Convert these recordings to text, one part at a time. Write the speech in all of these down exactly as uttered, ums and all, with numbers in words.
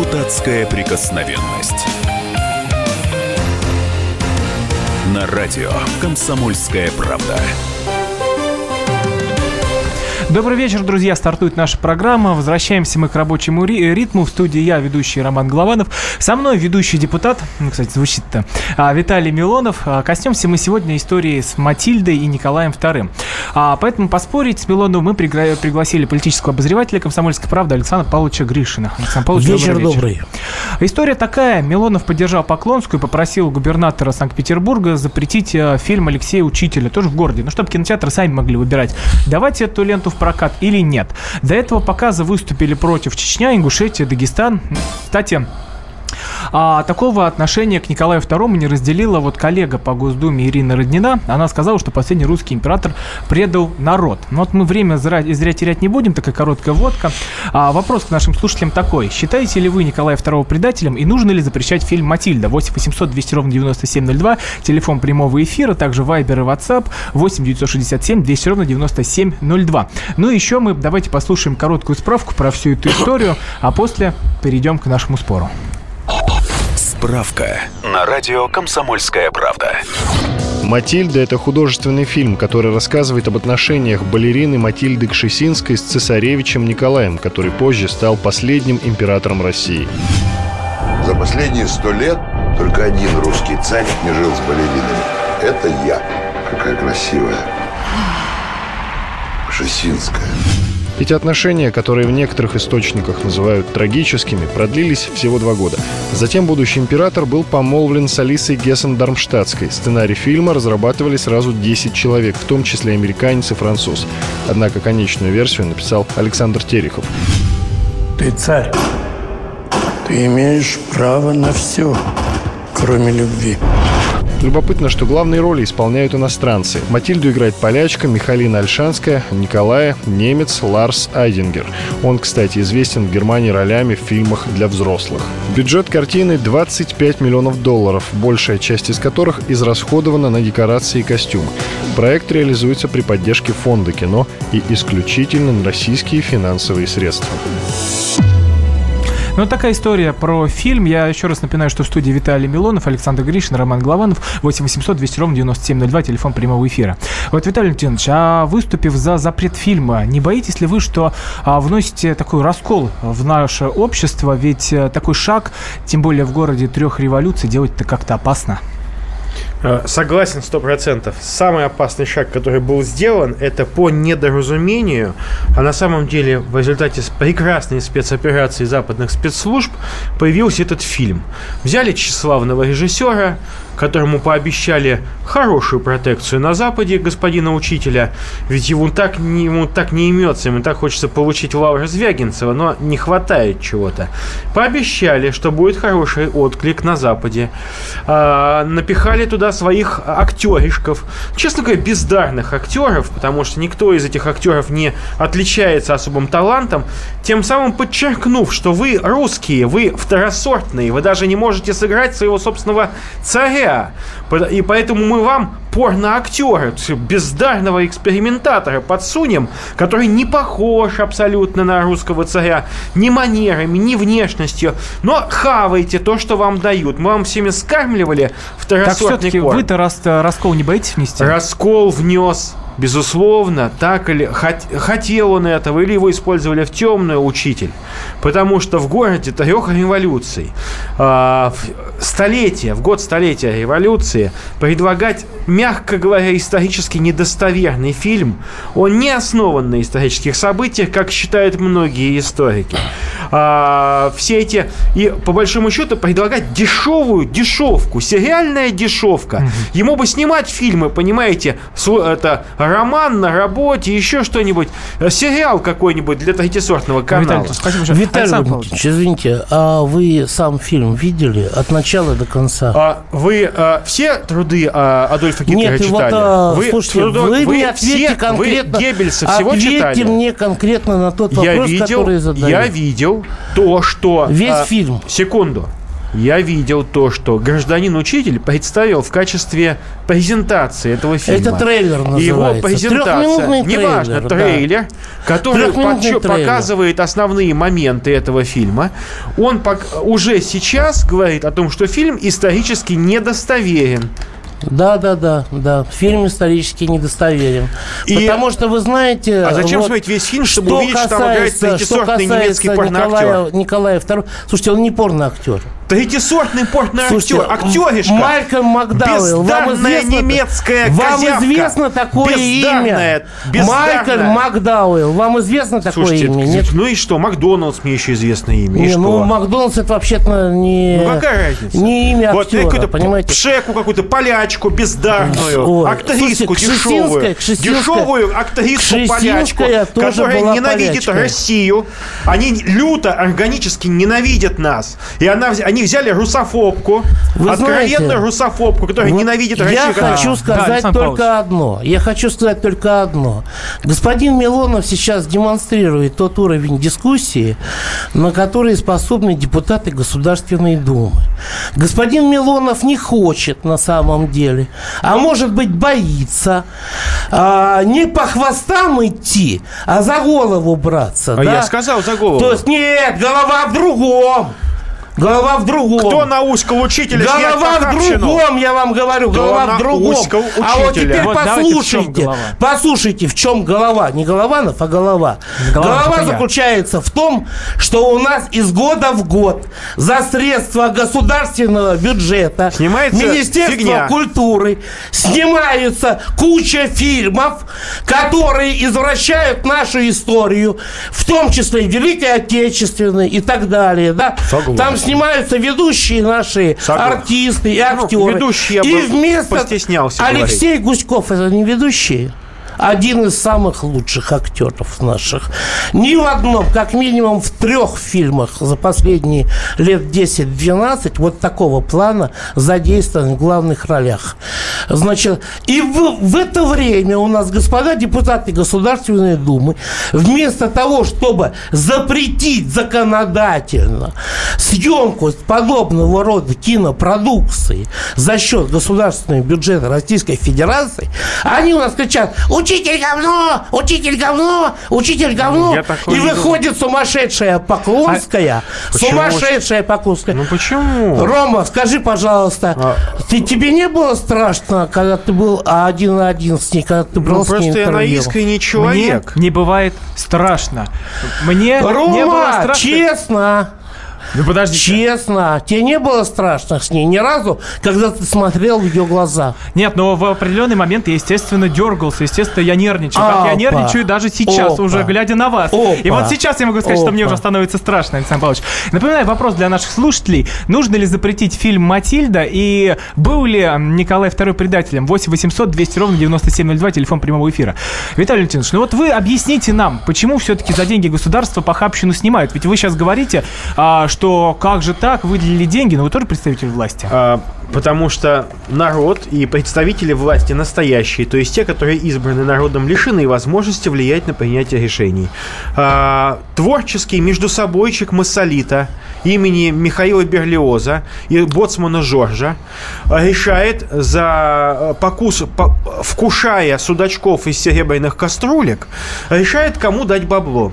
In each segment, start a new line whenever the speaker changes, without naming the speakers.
Депутатская прикосновенность. На радио «Комсомольская правда».
Добрый вечер, друзья. Стартует наша программа. Возвращаемся мы к рабочему ритму. В студии я, ведущий Роман Голованов. Со мной ведущий депутат, ну, кстати, звучит-то, Виталий Милонов. Коснемся мы сегодня истории с Матильдой и Николаем вторым. Поэтому поспорить с Милоновым мы пригла- пригласили политического обозревателя «Комсомольской правды» Александра Павловича Гришина. Александр Павлович,
вечер,
добрый вечер.
Добрый.
История такая. Милонов поддержал Поклонскую и попросил губернатора Санкт-Петербурга запретить фильм Алексея Учителя, тоже в городе, ну, чтобы кинотеатры сами могли выбирать, давать эту ленту в прокат или нет. До этого показа выступили против Чечня, Ингушетия, Дагестан. Кстати, А такого отношения к Николаю второму не разделила вот коллега по Госдуме Ирина Роднина. Она сказала, что последний русский император предал народ. Но вот мы время зря, зря терять не будем, такая короткая вводка. А вопрос к нашим слушателям такой. Считаете ли вы Николая второго предателем и нужно ли запрещать фильм «Матильда»? восемь восемьсот двести ровно девяносто семь ноль два, телефон прямого эфира, также Вайбер и WhatsApp восемь девятьсот шестьдесят семь двести ровно девяносто семь ноль два. Ну и еще мы давайте послушаем короткую справку про всю эту историю, а после перейдем к нашему спору.
Справка на радио «Комсомольская правда».
«Матильда» — это художественный фильм, который рассказывает об отношениях балерины Матильды Кшесинской с цесаревичем Николаем, который позже стал последним императором России.
За последние сто лет только один русский царь не жил с балеринами. Это я. Какая красивая. Кшесинская.
Эти отношения, которые в некоторых источниках называют трагическими, продлились всего два года. Затем будущий император был помолвлен с Алисой Гессен-Дармштадтской. Сценарий фильма разрабатывали сразу десять человек, в том числе американец и француз. Однако конечную версию написал Александр Терехов.
Ты царь. Ты имеешь право на все, кроме любви.
Любопытно, что главные роли исполняют иностранцы. Матильду играет полячка Михалина Ольшанская, Николая — немец Ларс Айдингер. Он, кстати, известен в Германии ролями в фильмах для взрослых. Бюджет картины двадцать пять миллионов долларов, большая часть из которых израсходована на декорации и костюмы. Проект реализуется при поддержке фонда кино и исключительно на российские финансовые средства.
Ну, такая история про фильм. Я еще раз напоминаю, что в студии Виталий Милонов, Александр Гришин, Роман Голованов. восемь восемьсот двести ровно девяносто семь ноль два, телефон прямого эфира. Вот, Виталий Леонидович, а выступив за запрет фильма, не боитесь ли вы, что а, вносите такой раскол в наше общество? Ведь а, такой шаг, тем более в городе трех революций, делать-то как-то опасно.
Согласен, сто процентов. Самый опасный шаг, который был сделан, это по недоразумению, а на самом деле в результате прекрасной спецоперации западных спецслужб появился этот фильм. Взяли тщеславного режиссера, которому пообещали хорошую протекцию на Западе, господина Учителя, ведь ему так, ему так не имется, ему так хочется получить лавры Звягинцева, но не хватает чего-то. Пообещали, что будет хороший отклик на Западе. А, напихали туда своих актеришков, честно говоря, бездарных актеров, потому что никто из этих актеров не отличается особым талантом, тем самым подчеркнув, что вы русские, вы второсортные, вы даже не можете сыграть своего собственного царя. И поэтому мы вам порно-актера, бездарного экспериментатора подсунем, который не похож абсолютно на русского царя ни манерами, ни внешностью, но хавайте то, что вам дают. Мы вам всеми скармливали второсортный корм. Так все-таки
вы-то рас, раскол не боитесь внести?
Раскол внес. Безусловно, так или хот, хотел он этого, или его использовали в темную, Учитель. Потому что в городе трех революций, э, в столетие, в год столетия революции, предлагать, мягко говоря, исторически недостоверный фильм, он не основан на исторических событиях, как считают многие историки. Э, все эти, и по большому счету, предлагать дешевую дешевку, сериальная дешевка. Mm-hmm. Ему бы снимать фильмы, понимаете, это роман на работе, еще что-нибудь, сериал какой-нибудь для третьесортного канала.
Виталий, спасибо, Виталий Леонидович, извините, а вы сам фильм видели от начала до конца?
А вы а, все труды а, Адольфа Гитлера
Нет,
читали?
Вот, а,
вы,
слушайте,
трудов,
вы,
вы
мне ответьте
все,
конкретно.
Вы Геббельса всего
ответьте
читали?
Ответьте мне конкретно на тот вопрос,
я видел,
который задали.
Я видел то, что...
Весь
а,
фильм.
Секунду. Я видел то, что гражданин-учитель представил в качестве презентации этого фильма.
Это трейлер называется.
Его презентация. Неважно, трейлер. который подчё- показывает основные моменты этого фильма. Он пок- уже сейчас говорит о том, что фильм исторически недостоверен.
Да, да, да, да. Фильм исторически недостоверен. И... Потому что вы знаете...
А зачем
вот,
смотреть весь фильм, чтобы увидеть, что там играет третьесортный немецкий порноактер?
Николая, Николая второго. Слушайте, он не порноактер.
Третьесортный порноактер, актеришка.
Малькольм Макдауэлл. Вам известно,
немецкая
вам
козявка.
известно такое имя? Малькольм Макдауэлл. Вам известно такое
Слушайте,
имя? Нет?
Ну и что? Макдоналдс мне еще известное имя.
Не, ну, Макдональдс это вообще-то не...
Ну какая разница?
Не имя
вот
актера,
какую-то
понимаете?
Пшеку какую-то, полячку бездарную,
Ой,
актриску
слушайте,
дешевую.
Кшесинская,
Дешевую актриску-полячку, которая ненавидит полячка. Россию. Они люто, органически ненавидят нас. И она, они взяли русофобку,
Вы
откровенную
знаете,
русофобку, которая
вот
ненавидит
я
Россию.
Я хочу сказать да, только одно. Я хочу сказать только одно. Господин Милонов сейчас демонстрирует тот уровень дискуссии, на который способны депутаты Государственной Думы. Господин Милонов не хочет на самом деле, а может быть боится а, не по хвостам идти, а за голову браться.
А
да?
я сказал за голову.
То есть нет, голова в другом. Голова в другом.
Кто науськал учителя?
Голова в другом, я вам говорю.
Кто
голова в другом.
А
вот теперь
вот
послушайте. В послушайте, в чем голова. Не Голованов, а голова. Голова, голова заключается я. в том, что у нас из года в год за средства государственного бюджета
снимается
Министерства
фигня.
культуры снимаются куча фильмов, которые извращают нашу историю, в том числе Великой Отечественной и так далее. Да? Там снимаются ведущие наши Согласен. артисты и актеры.
Ну, ведущие,
и вместо
постеснялся
Алексей
говорить.
Гуськов, это не ведущий? Один из самых лучших актеров наших. Ни в одном, как минимум в трех фильмах за последние лет десять-двенадцать вот такого плана задействован в главных ролях. Значит, и в, в это время у нас господа депутаты Государственной Думы вместо того, чтобы запретить законодательно съемку подобного рода кинопродукции за счет государственного бюджета Российской Федерации, они у нас кричат: учитель говно, учитель говно, учитель говно. И выходит сумасшедшая Поклонская. А сумасшедшая Поклонская.
Ну почему?
Рома, скажи, пожалуйста, а... ты, тебе не было страшно, когда ты был один на один с ней, когда ты брал
ну,
с ней
интервью?
Просто
я на искренний человек.
Мне не бывает страшно. Мне
Рома,
не было страшно.
честно.
Ну подожди.
Честно, тебе не было страшно с ней ни разу, когда ты смотрел в ее глаза?
Нет, но в определенный момент я, естественно, дергался, естественно, я нервничал. Опа. Как я нервничаю даже сейчас, Опа. уже глядя на вас.
Опа.
И вот сейчас я могу сказать, Опа. что мне уже становится страшно, Александр Павлович. Напоминаю, вопрос для наших слушателей. Нужно ли запретить фильм «Матильда» и был ли Николай второй предателем? восемь восемьсот двести ровно девяносто семь ноль два, телефон прямого эфира. Виталий Валентинович, ну вот вы объясните нам, почему все-таки за деньги государства похабщину снимают? Ведь вы сейчас говорите, что что как же так, выделили деньги, но вы тоже представитель власти.
А, потому что народ и представители власти настоящие, то есть те, которые избраны народом, лишены возможности влиять на принятие решений. А, творческий междусобойчик Массолита имени Михаила Берлиоза и боцмана Жоржа решает, за покус, по, вкушая судачков из серебряных кастрюлек, решает, кому дать бабло.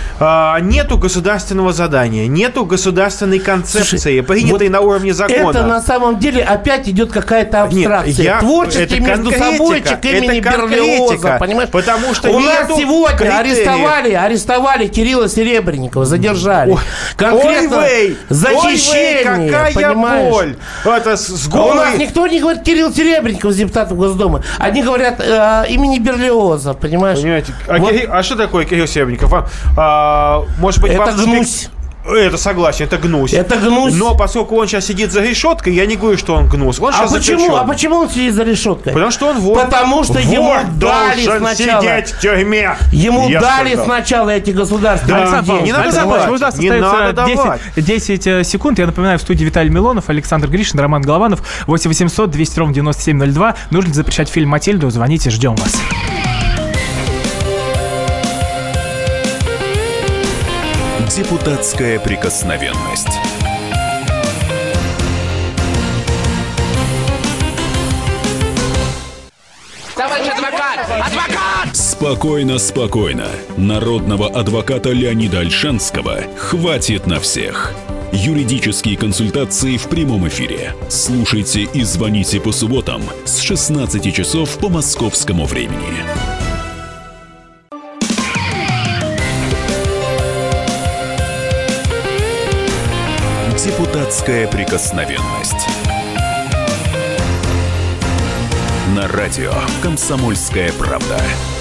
А, нету государственного задания, нету государственной концепции, Слушай, принятой вот на уровне закона.
Это на самом деле опять идет какая-то абстракция. Нет, я, Творческий междусобойчик имени Берлиоза, понимаешь?
Потому что
у нас сегодня арестовали, арестовали Кирилла Серебренникова, задержали. Ой, конкретно
ой,
за хищение,
какая
понимаешь?
боль! Это с
а у нас никто не говорит Кирилл Серебренников, депутат Госдумы. Они говорят э, имени Берлиоза, понимаешь?
Понимаете? А,
вот.
Кирилл, а что такое Кирилл Серебренников? А, может быть,
это гнусь.
Это согласен, это гнусь.
Это гнусь.
Но поскольку он сейчас сидит за решеткой, я не говорю, что он гнус. Он
а, почему, а почему он сидит за решеткой?
Потому что он вор.
Потому что
вор
ему дали
должен
сначала.
сидеть в тюрьме.
Ему
я
дали
сказал.
сначала эти государственные
да,
деньги.
Не надо давать.
У нас
не
остается
надо
десять, десять секунд. Я напоминаю, в студии Виталий Милонов, Александр Гришин, Роман Голованов. восемь восемьсот двести ровно девяносто семь ноль два. Нужно запрещать фильм «Матильду». Звоните, ждем вас.
Депутатская прикосновенность.
Товарищ адвокат! Адвокат!
С Спокойно, спокойно. Народного адвоката Леонида Ольшанского хватит на всех. Юридические консультации в прямом эфире. Слушайте и звоните по субботам с шестнадцати часов по московскому времени. Депутатская прикосновенность. На радио «Комсомольская правда».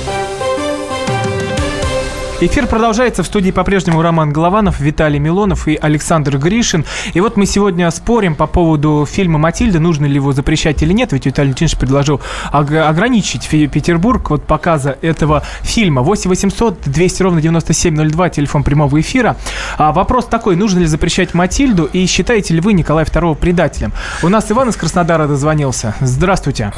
Эфир продолжается. В студии по-прежнему Роман Голованов, Виталий Милонов и Александр Гришин. И вот мы сегодня спорим по поводу фильма «Матильда», нужно ли его запрещать или нет. Ведь Виталий Леонидович предложил ограничить Петербург от показа этого фильма. восемь восемьсот двести ровно девяносто семь ноль два, телефон прямого эфира. А вопрос такой: нужно ли запрещать «Матильду» и считаете ли вы Николая второго предателем? У нас Иван из Краснодара дозвонился. Здравствуйте.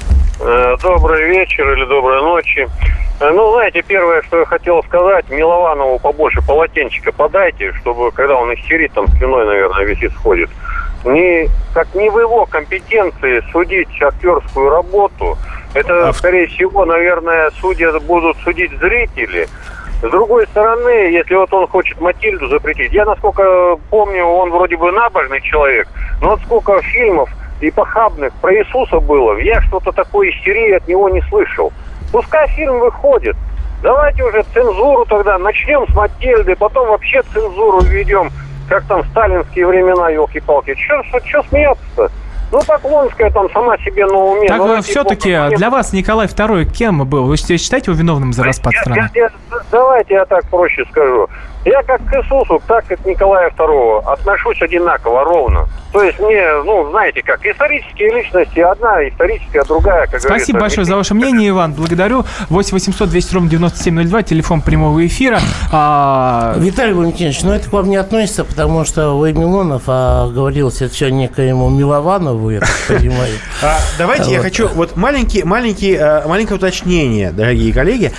Добрый вечер или доброй ночи. Ну, знаете, первое, что я хотел сказать, Милованову побольше полотенчика подайте, чтобы, когда он истерит, там слюной, наверное, весь исходит. Не, как не в его компетенции судить актерскую работу. Это, скорее всего, наверное, судьи будут судить зрители. С другой стороны, если вот он хочет Матильду запретить, я, насколько помню, он вроде бы набожный человек, но вот сколько фильмов и похабных про Иисуса было, я что-то такой истерии от него не слышал. Пускай фильм выходит. Давайте уже цензуру тогда. Начнем с Матильды, потом вообще цензуру введем, как там в сталинские времена, елки-палки. Че смеяться-то? Ну, Поклонская там сама себе на уме.
Так
ну,
все-таки
типа,
для вас Николай второй кем был? Вы считаете его виновным за распад
я,
страны?
Я, я, давайте я так проще скажу. Я как к Иисусу, так и к Николаю второму отношусь одинаково, ровно. То есть мне, ну, знаете как, исторические личности, одна историческая, другая, как говорится.
Спасибо большое за ваше мнение, Иван. Благодарю. восемь восемьсот двести ровно девяносто семь ноль два, телефон прямого эфира. А...
Виталий Валентинович, ну это к вам не относится, потому что вы Милонов, а говорилось это все некоему Милованову, я так понимаю.
Давайте я хочу, вот маленький, маленький, маленькое уточнение, дорогие коллеги.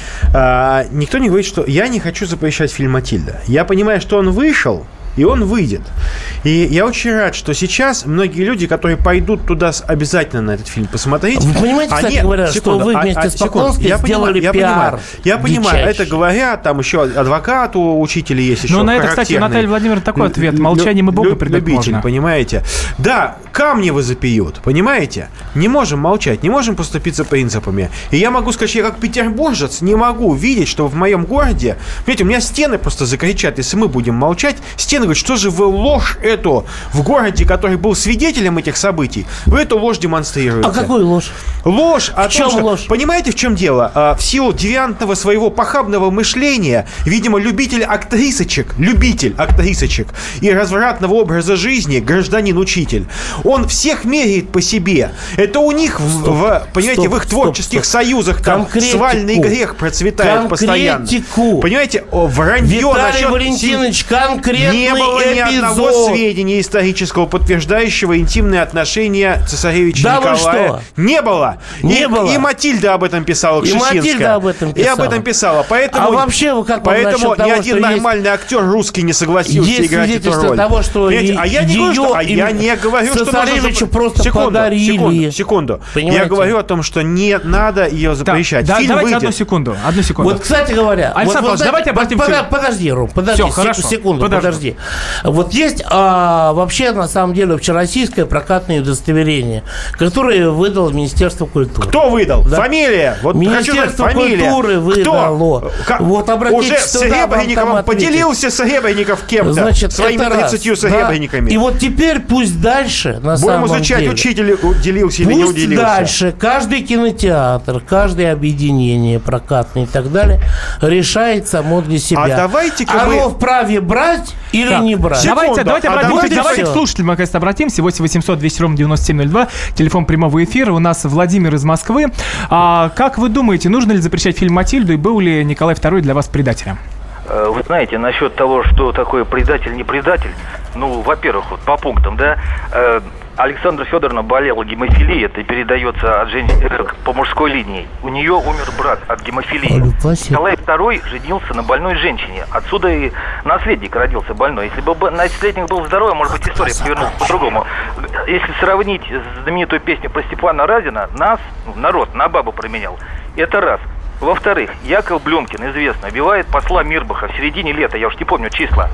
Никто не говорит, что я не хочу запрещать фильм «Матильда». Я понимаю, что он вышел, и он выйдет. И я очень рад, что сейчас многие люди, которые пойдут туда обязательно на этот фильм посмотреть...
Вы понимаете,
они...
кстати говоря,
секунду,
что вы вместе
а, а,
с Поклонской
я
сделали
понимаю,
пиар.
Я понимаю, я понимаю,
дичайший.
это говорят, там еще адвокат у учителя есть еще.
Ну, на это, кстати, у Натальи Владимировны такой ответ. Молчанием и Богу предать
любитель,
можно.
Понимаете? Да, камни вы запьют, понимаете? Не можем молчать, не можем поступиться принципами. И я могу сказать, что я как петербуржец не могу видеть, что в моем городе... Понимаете, у меня стены просто закричат, если мы будем молчать. Стены говорят, что же вы ложь эту в городе, который был свидетелем этих событий, вы эту ложь демонстрируете.
А какую ложь?
Ложь.
В чем
том,
ложь?
Что, понимаете, в чем дело? А, в силу девиантного своего похабного мышления, видимо, любитель актрисочек, любитель актрисочек и развратного образа жизни, гражданин-учитель, он всех меряет по себе. Это у них, в, в, понимаете,
стоп,
в их творческих
стоп, стоп.
союзах там
Конкретику.
свальный грех процветает постоянно. Понимаете, вранье
Виталий
насчет...
Валентинович, конкретный
Не было ни одного
эпизод.
сведения исторического, подтверждающего интимные отношения цесаревича
да
Николая.
Вы что?
Не было.
Не
и,
было.
И Матильда об этом писала, Кшесинская.
И Матильда об этом писала.
И об этом писала. Поэтому,
а вообще, вы как
поэтому
того,
ни один нормальный
есть,
актер русский не согласился
есть
играть эту роль.
того, что
е- а я не говорю, что, а я не говорю, что
цесаревичу
нужно...
просто
секунду,
подарили.
Секунду, секунду.
Понимаете?
Я говорю о том, что не надо ее запрещать.
Да,
Фильм
давайте
выйдет.
одну секунду. Одну секунду.
Вот, кстати говоря...
Александр
вот,
Павлович, давайте обратимся...
Под, подожди, Ром, подожди,
Все,
сек-
хорошо,
секунду,
подожду.
подожди. Вот есть а, вообще, на самом деле, общероссийское прокатное удостоверение, которое выдало Министерство культуры.
Кто выдал?
Да.
Фамилия. Вот
Министерство
хочу знать, фамилия.
культуры выдало.
Кто?
Вот обратитесь
Уже с
туда, вам там
Серебренниковым
ответят.
поделился Серебренников кем-то.
Значит,
своими
это раз,
тридцатью
да.
серебряниками.
И вот теперь пусть дальше, на
Будем
самом
изучать,
деле,
учитель уделился или не
пусть
уделился.
дальше каждый кинотеатр, каждое объединение прокатное и так далее решает само для себя.
А давайте-ка
Оно
мы...
вправе брать или
Так,
не брать.
Давайте,
Секунду,
давайте,
а
обратимся,
давайте
давайте
всё.
к слушателям наконец-то обратимся. восемь восемьсот двести ровно девяносто семь ноль два, телефон прямого эфира. У нас Владимир из Москвы. А, как вы думаете, нужно ли запрещать фильм «Матильду» и был ли Николай второй для вас предателем?
Вы знаете, насчет того, что такое предатель, не предатель, ну, во-первых, вот по пунктам, да, э, Александра Федоровна болела гемофилией, это передается от жен... по мужской линии. У нее умер брат от гемофилии. Николай второй женился на больной женщине. Отсюда и наследник родился больной. Если бы наследник был здоровый, может быть, история повернулась по-другому. Если сравнить знаменитую песню про Степана Разина, нас, народ, на бабу променял. Это раз. Во-вторых, Яков Блюмкин, известно, убивает посла Мирбаха в середине лета, я уж не помню числа.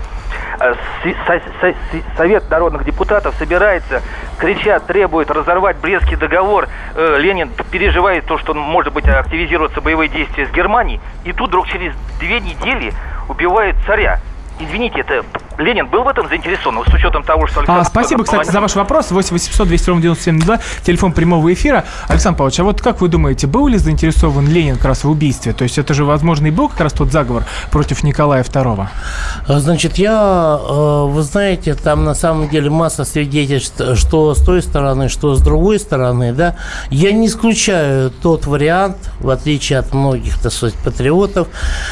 Совет народных депутатов собирается, кричат, требует разорвать Брестский договор. Ленин переживает то, что, может быть, активизируются боевые действия с Германией. И тут вдруг через две недели убивают царя. Извините, это Ленин был в этом заинтересован, с учетом того, что...
А, спасибо, кстати, за ваш вопрос. восемь восемьсот двести ровно девяносто семь два, телефон прямого эфира. Александр Павлович, а вот как вы думаете, был ли заинтересован Ленин как раз в убийстве? То есть это же, возможно, и был как раз тот заговор против Николая второго?
Значит, я, вы знаете, там на самом деле масса свидетельств, что с той стороны, что с другой стороны, да. Я не исключаю тот вариант, в отличие от многих, так сказать, патриотов,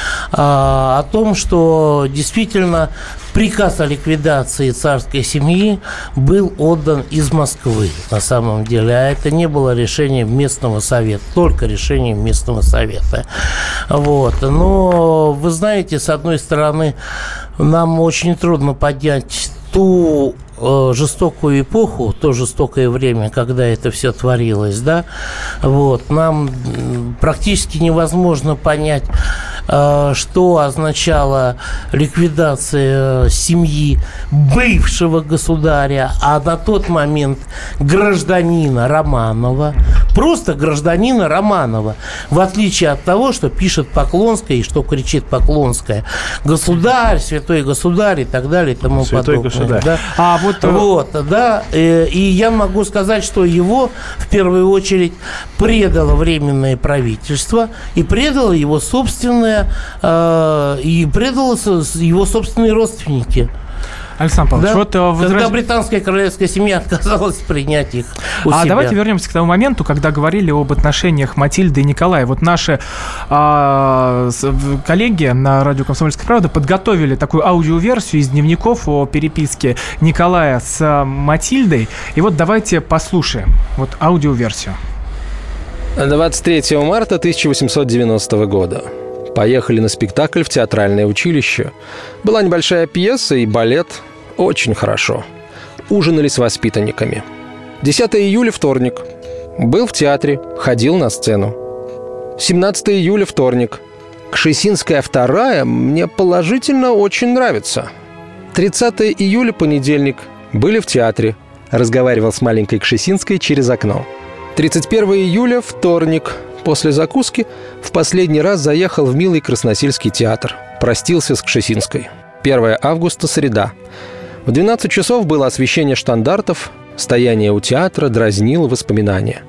о том, что действительно приказ о ликвидации царской семьи был отдан из Москвы, на самом деле. А это не было решением местного совета, только решением местного совета. Вот. Но, вы знаете, с одной стороны, нам очень трудно поднять ту э, жестокую эпоху, то жестокое время, когда это все творилось, да, вот, нам практически невозможно понять, э, что означала ликвидация семьи бывшего государя, а на тот момент гражданина Романова, просто гражданина Романова, в отличие от того, что пишет Поклонская и что кричит Поклонская: государь, святой государь и так далее и тому
святой
подобное.
Государь.
Да?
А вот,
вот, да, и, и я могу сказать, что его в первую очередь предало Временное правительство и предало его собственное, э, и предало его собственные родственники.
Александр Павлович,
Да?
вот возраж...
Когда британская королевская семья отказалась принять их у
а
себя.
давайте вернемся к тому моменту, когда говорили об отношениях Матильды и Николая. Вот наши а, с, коллеги на радио «Комсомольская правда» подготовили такую аудиоверсию из дневников о переписке Николая с Матильдой. И вот давайте послушаем вот аудиоверсию.
двадцать третьего марта тысяча восемьсот девяностого года. Поехали на спектакль в театральное училище. Была небольшая пьеса и балет. Очень хорошо. Ужинали с воспитанниками. десятого июля, вторник. Был в театре, ходил на сцену. семнадцатого июля, вторник. Кшесинская вторая мне положительно очень нравится. тридцатого июля, понедельник. Были в театре. Разговаривал с маленькой Кшесинской через окно. тридцать первого июля, вторник. После закуски в последний раз заехал в милый Красносельский театр. Простился с Кшесинской. первого августа, среда. В двенадцать часов было освещение штандартов. Стояние у театра дразнило воспоминания.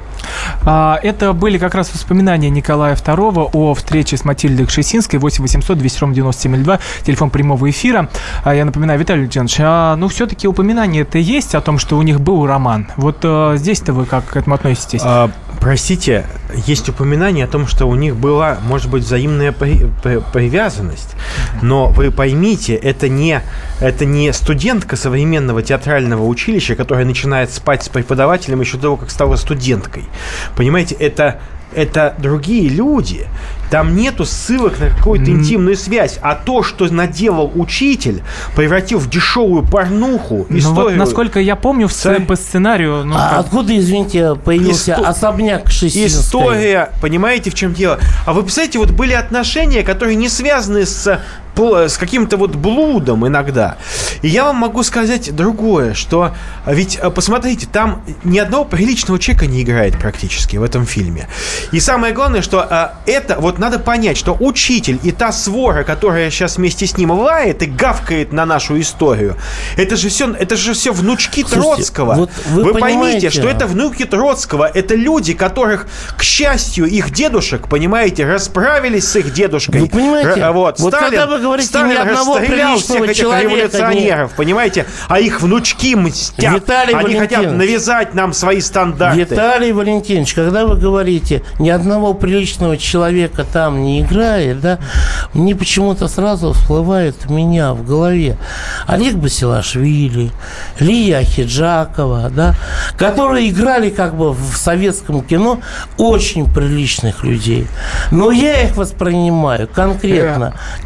Это были как раз воспоминания Николая второго о встрече с Матильдой Кшесинской. Восемь восемьсот двести ровно девяносто семь два, телефон прямого эфира. Я напоминаю, Виталий Леонидович, а, ну все-таки упоминание-то есть о том, что у них был роман. Вот а, здесь-то вы как к этому относитесь?
А, простите, есть упоминание о том, что у них была, может быть, взаимная при, при, привязанность. Но вы поймите, это не, это не студентка современного театрального училища, которая начинает спать с преподавателем еще до того, как стала студенткой. Понимаете, это, это другие люди. Там нету ссылок на какую-то интимную связь. А то, что наделал учитель, превратил в дешевую порнуху историю.
Ну вот, насколько я помню, в Царь... по сценарию... Ну,
а
как...
откуда, извините, появился Исто... особняк Кшесинской?
История, понимаете, в чем дело? А вы представляете, вот были отношения, которые не связаны с... с каким-то вот блудом иногда. И я вам могу сказать другое, что ведь, посмотрите, там ни одного приличного человека не играет практически в этом фильме. И самое главное, что а, это, вот надо понять, что учитель и та свора, которая сейчас вместе с ним лает и гавкает на нашу историю, это же все, это же все внучки Слушайте, Троцкого. Вот вы вы поймите, что это внуки Троцкого, это люди, которых, к счастью, их дедушек, понимаете, расправились с их дедушкой.
Вы понимаете,
Р- вот,
вот
Сталин,
когда вы говорите,
Сталин
ни одного
расстрелял всех этих
человека
революционеров, не... понимаете, а их внучки мстят.
Виталий
Они хотят навязать нам свои стандарты.
Виталий Валентинович, когда вы говорите, ни одного приличного человека там не играет, да, мне почему-то сразу всплывает у меня в голове Олег Басилашвили, Лия Ахеджакова, да, которые играли как бы в советском кино очень приличных людей. Но я их воспринимаю конкретно как
Александр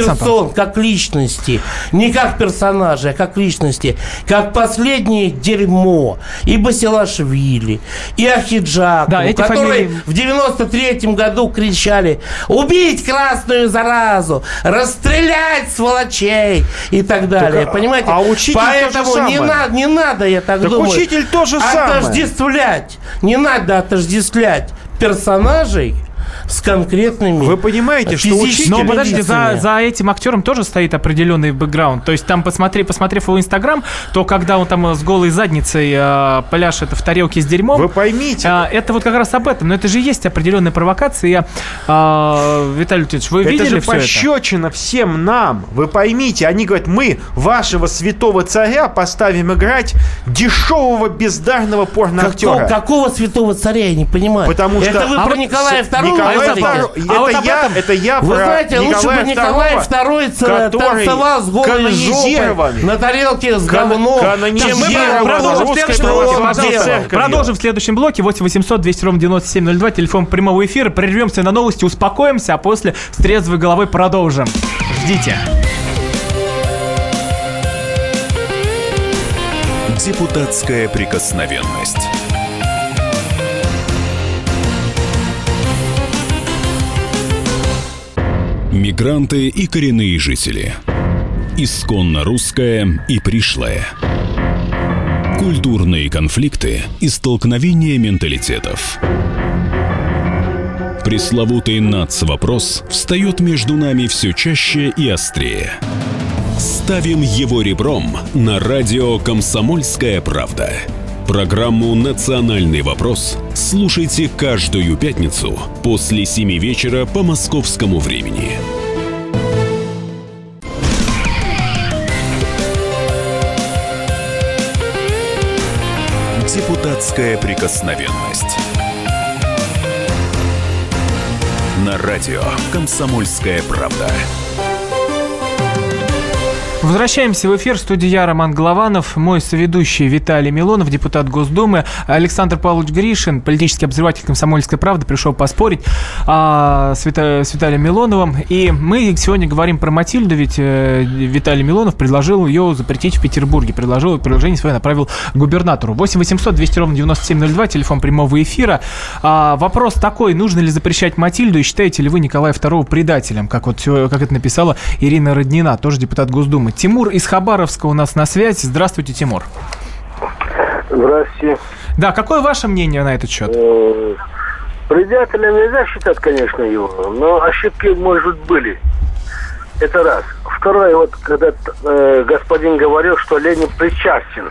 персон, как личности. Не как персонажи, а как личности. Как последнее дерьмо. И Басилашвили, и Ахиджакову,
да,
которые
фамилии...
в девяносто третьем году кричали: убить красную заразу, расстрелять сволочей и так далее.
Так,
понимаете?
А учитель
Поэтому
то же
не,
самое.
на, не надо, я так,
так
думаю,
учитель то же самое.
отождествлять. Не надо отождествлять персонажей с конкретными.
Вы понимаете, что учитель...
Но подождите, за, за этим актером тоже стоит определенный бэкграунд. То есть там, посмотри, посмотрев его Инстаграм, то когда он там с голой задницей э, пляшет в тарелке с дерьмом...
Вы поймите.
Э, это вот как раз об этом. Но это же есть определенная провокация. Э, Виталий Леонидович, вы
это
видели
же
все
пощечина это? Всем нам. Вы поймите, они говорят: мы вашего святого царя поставим играть дешевого бездарного порноактера.
Какого, какого святого царя, я не понимаю.
Потому что...
Это вы
а
про
вот
Николая второго
Николай
говорите?
второй,
А
это,
вот
я, это я
Вы
про
знаете,
Николая
лучше бы Николай второй танцевал с голой жопой на тарелке с говном, чем я
Продолжим в следующем блоке, пожалуйста. Продолжим в следующем блоке. восемь восемьсот двести ровно девяносто семь ноль два, телефон прямого эфира. Прервемся на новости, успокоимся, а после с трезвой головой продолжим. Ждите.
Депутатская прикосновенность. Мигранты и коренные жители. Исконно русское и пришлое. Культурные конфликты и столкновения менталитетов. Пресловутый нацвопрос встает между нами все чаще и острее. Ставим его ребром на радио «Комсомольская правда». Программу «Национальный вопрос» слушайте каждую пятницу после семи вечера по московскому времени. Депутатская прикосновенность. На радио «Комсомольская правда».
Возвращаемся в эфир. В студии я, Роман Голованов, мой соведущий Виталий Милонов, депутат Госдумы, Александр Павлович Гришин, политический обозреватель «Комсомольской правды», пришел поспорить а, с, Вита, с Виталием Милоновым. И мы сегодня говорим про Матильду, ведь э, Виталий Милонов предложил ее запретить в Петербурге. Предложил, предложение свое направил губернатору. восемь восемьсот двести ровно девяносто семь ноль два, телефон прямого эфира. А, вопрос такой: нужно ли запрещать Матильду, и считаете ли вы Николая второго предателем, как, вот, как это написала Ирина Роднина, тоже депутат Госдумы. Тимур из Хабаровска у нас на связи. Здравствуйте, Тимур.
Здравствуйте.
Да, какое ваше мнение на этот счет?
Предателем нельзя считать, конечно, его, но ошибки, может, были. Это раз. Второе, вот когда э, господин говорил, что Ленин причастен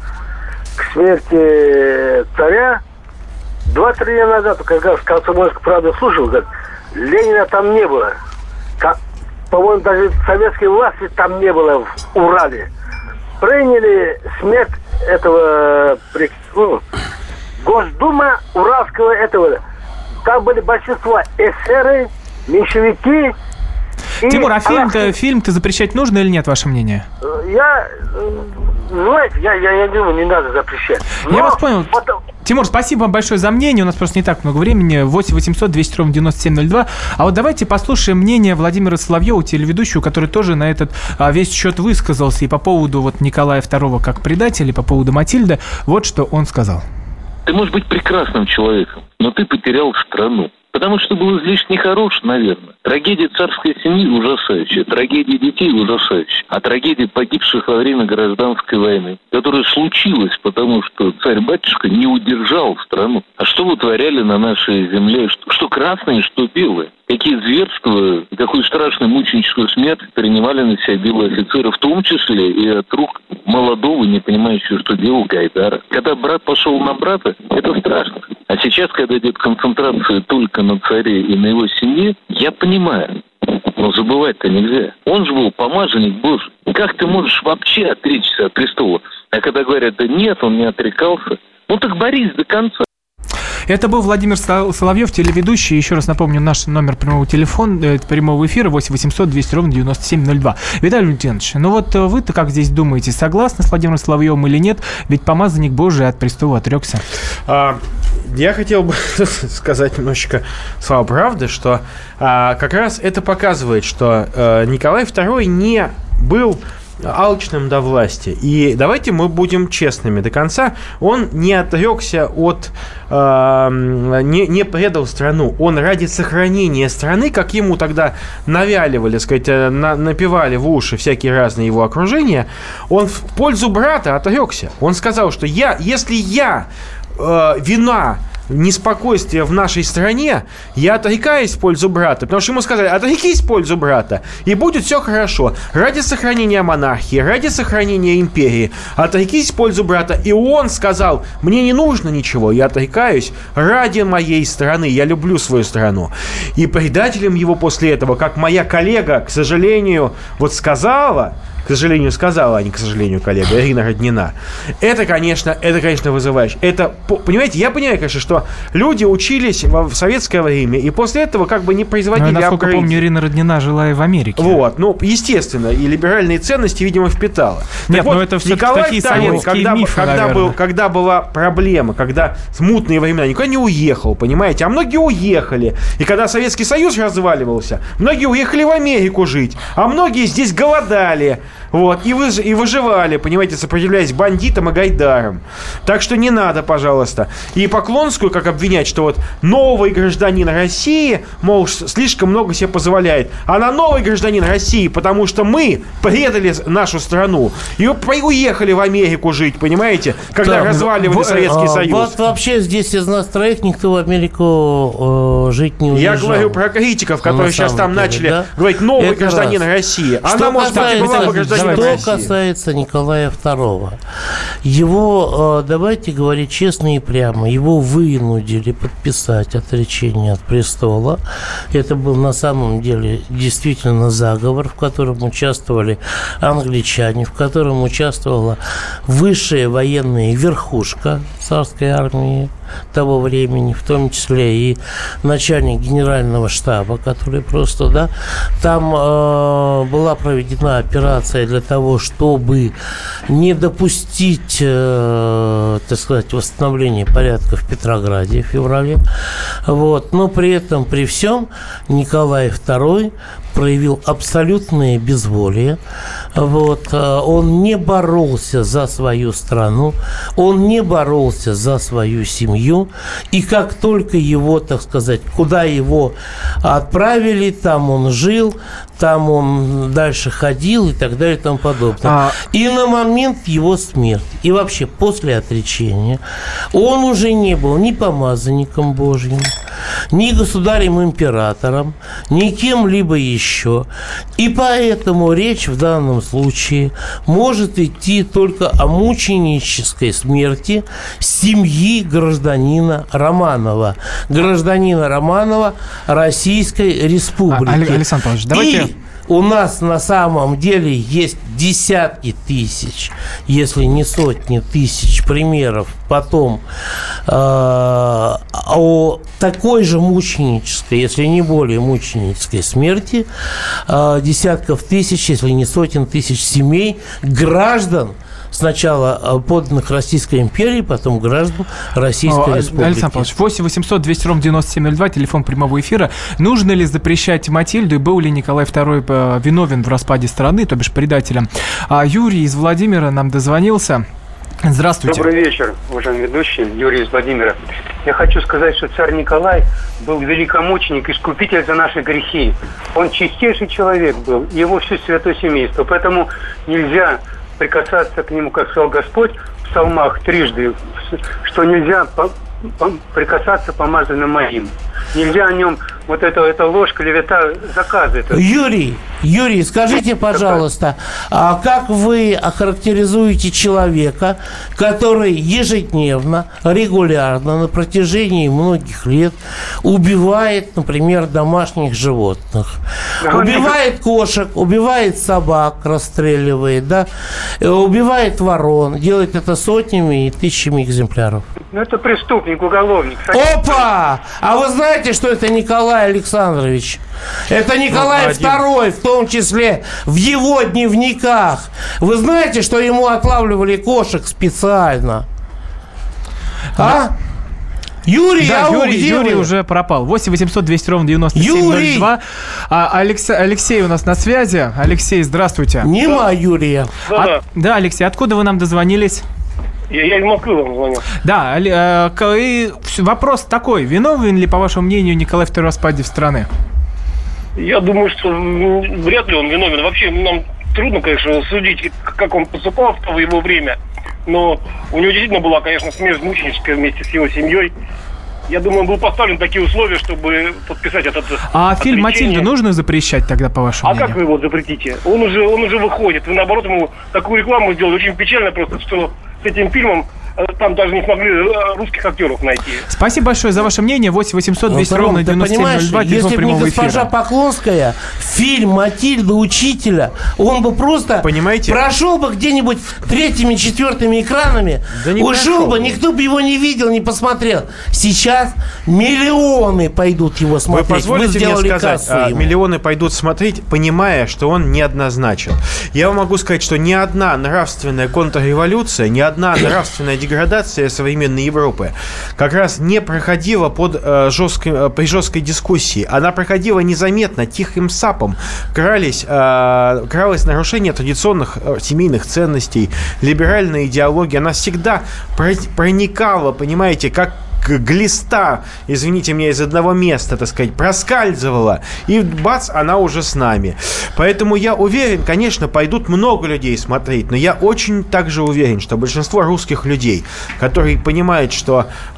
к смерти царя, два-три дня назад, когда в «Комсомольской правде» слушал, говорит, Ленина там не было. По-моему, даже советской власти там не было в Урале. Приняли смерть этого, ну, Госдума Уральского этого. Там были большинство эсеры, меньшевики.
Тимур, а фильм-то, фильм-то запрещать нужно или нет, ваше мнение?
Я, знаете, я, я, я думаю, не надо запрещать. Но
я вас понял.
Потом...
Тимур, спасибо вам большое за мнение. У нас просто не так много времени. восемь восемьсот двести ровно девяносто семь ноль два. А вот давайте послушаем мнение Владимира Соловьева, телеведущего, который тоже на этот а, весь счет высказался. И по поводу вот Николая второго как предателя, и по поводу Матильды. Вот что он сказал.
Ты можешь быть прекрасным человеком, но ты потерял страну. Потому что был излишне хорош, наверное. Трагедия царской семьи ужасающая, трагедия детей ужасающая, а трагедия погибших во время гражданской войны, которая случилась, потому что царь-батюшка не удержал страну. А что вытворяли на нашей земле? Что, что красные, что белые? Какие зверства, какую страшную мученическую смерть принимали на себя белые офицеры, в том числе и от рук молодого, не понимающего, что делал, Гайдара. Когда брат пошел на брата, это страшно. А сейчас, когда идет концентрация только на царе и на его семье, я понимаю, но забывать-то нельзя. Он же был помазанник Божий. Как ты можешь вообще отречься от престола? А когда говорят, да нет, он не отрекался, ну так борись до конца.
Это был Владимир Соловьев, телеведущий. Еще раз напомню, наш номер прямого телефона, прямого эфира восемь восемьсот двести ровно девяносто семь ноль два. Виталий Валентинович, ну вот вы-то как здесь думаете, согласны с Владимиром Соловьевым или нет? Ведь помазанник Божий от престола отрекся.
А, я хотел бы сказать немножечко слова правды, что а, как раз это показывает, что а, Николай второй не был алчным до власти. И давайте мы будем честными до конца. Он не отрекся от... Э, не, не предал страну. Он ради сохранения страны, как ему тогда навяливали, сказать, на, напевали в уши всякие разные его окружения, он в пользу брата отрекся. Он сказал, что я, если я э, вина... неспокойствие в нашей стране, я отрекаюсь в пользу брата. Потому что ему сказали, отрекись в пользу брата, и будет все хорошо. Ради сохранения монархии, ради сохранения империи, отрекись в пользу брата. И он сказал, мне не нужно ничего, я отрекаюсь ради моей страны, я люблю свою страну. И предателем его после этого, как моя коллега, к сожалению, вот сказала... К сожалению, сказала, а не к сожалению, коллега Ирина Роднина. Это, конечно, это, конечно, вызывающе. Это, понимаете, я понимаю, конечно, что люди учились в советское время, и после этого как бы не производили апгрейд.
Насколько я помню, Ирина Роднина жила и в Америке.
Вот, ну, естественно, и либеральные ценности, видимо, впитала.
Нет,
вот,
но это все
Николай
такие
второй,
советские
когда,
мифы,
когда, был, когда была проблема, когда смутные времена, никуда не уехал, понимаете, а многие уехали. И когда Советский Союз разваливался, многие уехали в Америку жить, а многие здесь голодали. Вот, и, вы, и выживали, понимаете, сопротивляясь бандитам и гайдарам. Так что не надо, пожалуйста. И Поклонскую, как обвинять, что вот новый гражданин России, мол, слишком много себе позволяет. Она новый гражданин России, потому что мы предали нашу страну. И уехали в Америку жить, понимаете, когда да, разваливали в, Советский а, Союз.
Вот вообще здесь из нас троих никто в Америку э, жить не уезжал.
Я говорю про критиков, которые сейчас там деле, начали да? говорить, новый Это гражданин раз. России. Она, что может быть, была бы гражданин
Что касается Николая второго, его, давайте говорить честно и прямо, его вынудили подписать отречение от престола. Это был на самом деле действительно заговор, в котором участвовали англичане, в котором участвовала высшая военная верхушка царской армии того времени, в том числе и начальник генерального штаба, который просто, да, там э, была проведена операция для того, чтобы не допустить, э, так сказать, восстановления порядка в Петрограде в феврале. Вот. Но при этом, при всем, Николай второй проявил абсолютное безволие. Вот. Он не боролся за свою страну, он не боролся за свою семью. И как только его, так сказать, куда его отправили, там он жил, там он дальше ходил и так далее и тому подобное. А... И на момент его смерти, и вообще после отречения, он уже не был ни помазанником Божьим, ни государем-императором, ни кем-либо еще. И поэтому речь в данном случае может идти только о мученической смерти семьи гражданина Романова. Гражданина Романова Российской Республики.
А, Александр Павлович, давайте...
И у нас на самом деле есть десятки тысяч, если не сотни тысяч примеров потом э, о такой же мученической, если не более мученической смерти, э, десятков тысяч, если не сотен тысяч семей, граждан, сначала подданных Российской империи, потом граждан Российской
О,
Республики.
Александр Павлович, восемь восемьсот двести ровно девяносто семь ноль два, телефон прямого эфира. Нужно ли запрещать Матильду, и был ли Николай второй виновен в распаде страны, то бишь предателем? А Юрий из Владимира нам дозвонился. Здравствуйте.
Добрый вечер, уважаемый ведущий, Юрий из Владимира. Я хочу сказать, что царь Николай был великомученик, искупитель за наши грехи. Он чистейший человек был, и его все святое семейство. Поэтому нельзя прикасаться к нему, как сказал Господь в псалмах трижды, что нельзя по, по, прикасаться помазанным моим. Нельзя о нем вот это, эта ложь, клевета, заказы.
Юрий, Юрий, скажите, пожалуйста, а как вы охарактеризуете человека, который ежедневно, регулярно, на протяжении многих лет убивает, например, домашних животных? Убивает кошек, убивает собак, расстреливает, да? Убивает ворон, делает это сотнями и тысячами экземпляров.
Ну, это преступник, уголовник.
Опа! А вы знаете, что это Николай Александрович? Это Николай ну, второй, в том числе в его дневниках. Вы знаете, что ему отлавливали кошек специально? А? Юрий,
да,
ау,
Юрий,
где
Юрий
вы?
уже пропал. восемь восемьсот двести ровно девяносто семь ноль два. А, Алекс, Алексей у нас на связи. Алексей, здравствуйте.
Нема Юрия.
Да, От, да, Алексей, откуда вы нам дозвонились?
Я, я из Москвы вам звоню.
Да, э, и вопрос такой. Виновен ли, по вашему мнению, Николай второй в распаде страны?
Я думаю, что вряд ли он виновен. Вообще, нам трудно, конечно, судить, как он поступал в его время. Но у него действительно была, конечно, смерть мученическая вместе с его семьей. Я думаю, он был поставлен такие условия, чтобы подписать этот...
А фильм «Матильда» нужно запрещать тогда, по вашему
а
мнению?
А как вы его запретите? Он уже, он уже выходит. Вы, наоборот, ему такую рекламу сделали. Очень печально просто, что с этим фильмом там даже не смогли русских актеров найти.
Спасибо большое за ваше мнение. восемь восемьсот двести ровно девяносто семь ноль два.
Если бы не госпожа Поклонская, фильм «Матильда. Учителя», он бы просто
Понимаете?
прошел бы где-нибудь третьими, четвертыми экранами, да ушел бы, никто бы его не видел, не посмотрел. Сейчас миллионы пойдут его смотреть.
Вы позволите Вы мне сказать, а, миллионы пойдут смотреть, понимая, что он неоднозначен. Я вам могу сказать, что ни одна нравственная контрреволюция, ни одна нравственная деградация современной Европы как раз не проходила под, э, жесткой, при жесткой дискуссии. Она проходила незаметно, тихим сапом. Крались, э, кралось нарушение традиционных э, семейных ценностей, либеральная идеология. Она всегда проникала, понимаете, как глиста, извините меня, из одного места, так сказать, проскальзывала, и бац, она уже с нами. Поэтому я уверен, конечно, пойдут много людей смотреть, но я очень также уверен, что большинство русских людей, которые понимают, что, э,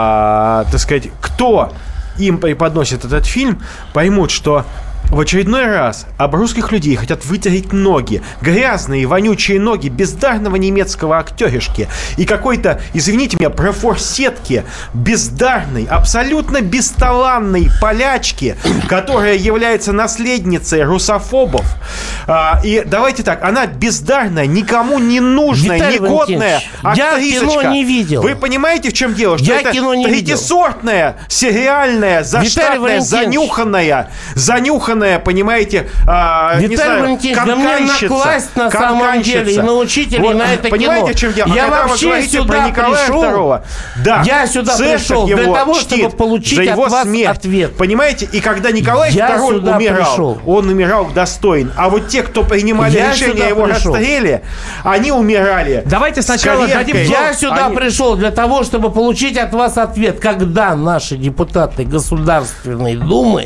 так сказать, кто им преподносит этот фильм, поймут, что в очередной раз об русских людей хотят вытереть ноги. Грязные, вонючие ноги бездарного немецкого актеришки и какой-то, извините меня, профорсетки бездарной, абсолютно бесталанной полячки, которая является наследницей русофобов. А, и давайте так, она бездарная, никому не нужная,
Виталий
негодная актрисочка.
Я кино не видел.
Вы понимаете, в чем дело? Что
я
это
кино не
третисортная, сериальная, заштатная, занюханная, занюханная, понимаете, а,
Виталий
не знаю,
Валентинович, да мне накласть на самом деле и на учителей, вот, на это
понимаете,
кино.
в чем дело?
Я
а
вообще сюда пришел,
да,
я сюда пришел для того, чтобы получить от вас
смерть.
ответ.
Понимаете, и когда Николай
я
второй умирал,
пришел.
он умирал достоин. А вот те, кто принимали
я
решение его расстреле, они умирали.
Давайте сначала дадим...
Я сюда они... пришел для того, чтобы получить от вас ответ, когда наши депутаты Государственной Думы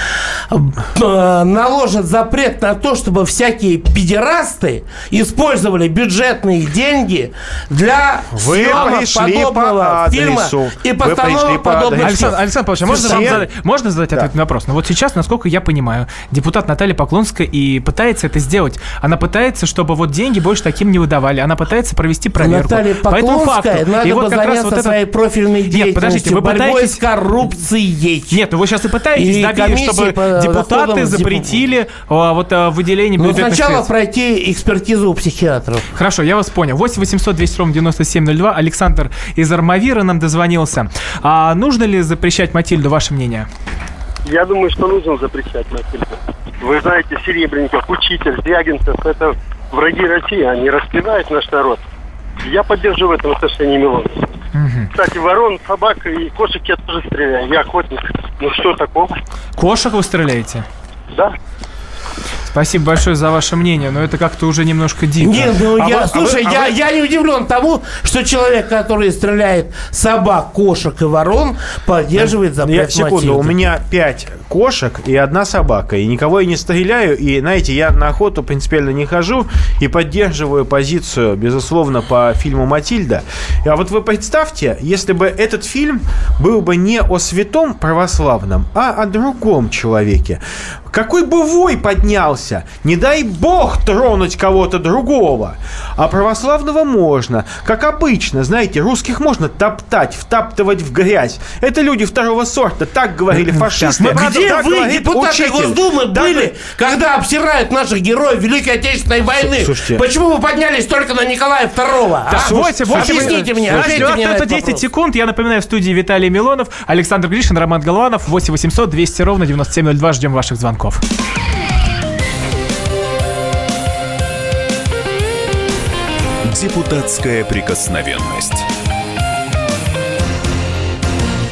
наложат запрет на то, чтобы всякие педерасты использовали бюджетные деньги для
Вы
съемок подобного
по
фильма и постановок
по
подобных
Александр, Александр Павлович, а можно, вам задать, можно задать
да.
ответ на вопрос? Но вот сейчас, насколько я понимаю, депутат Наталья Поклонская и пытается это сделать. Она пытается, чтобы вот деньги больше таким не выдавали. Она пытается провести проверку.
Наталья Поклонская, надо и вот бы заняться вот это... своей профильной деятельностью. Нет, подождите, вы
борьбой
пытаетесь... с коррупцией.
Нет, ну вы сейчас и пытаетесь и добиться, чтобы депутаты запретили а, вот а, выделение бюджетных
средств. Ну, сначала
средств.
пройти экспертизу у психиатров.
Хорошо, я вас понял. восемь восемьсот двести ровно девяносто семь ноль два. Александр из Армавира нам дозвонился. А нужно ли запрещать Матильду, ваше мнение?
Я думаю, что нужно запрещать Матильду. Вы знаете, Серебренников, Учитель, Звягинцев, это враги России, они распинают наш народ. Я поддерживаю в этом отношении Милонова. Угу. Кстати, ворон, собак и кошек я тоже стреляю. Я охотник. Ну что такого?
Кошек вы стреляете?
Да.
Спасибо большое за ваше мнение, но это как-то уже немножко дико.
Нет, ну
а
я,
вы,
слушай,
а вы,
я,
а вы...
я не удивлен тому, что человек, который стреляет собак, кошек и ворон, поддерживает запрет
Секунду,
Матильды.
У меня пять кошек и одна собака, и никого я не стреляю, и, знаете, я на охоту принципиально не хожу и поддерживаю позицию, безусловно, по фильму «Матильда». А вот вы представьте, если бы этот фильм был бы не о святом православном, а о другом человеке. Какой бы вой поднялся, не дай бог тронуть кого-то другого. А православного можно. Как обычно, знаете, русских можно топтать, втаптывать в грязь. Это люди второго сорта, так говорили фашисты.
Мы, где
так
вы, депутаты учитель. Госдумы, так были, вы... когда обсирают наших героев Великой Отечественной войны?
Слушайте.
Почему вы поднялись только на Николая второго?
Да,
а?
восемь, восемь,
Объясните мне, ответьте мне на этот
десять
вопрос.
секунд. Я напоминаю, в студии Виталий Милонов, Александр Гришин, Роман Голованов. восемь восемьсот двести ровно девяносто семь ноль два. Ждем ваших звонков.
Депутатская прикосновенность.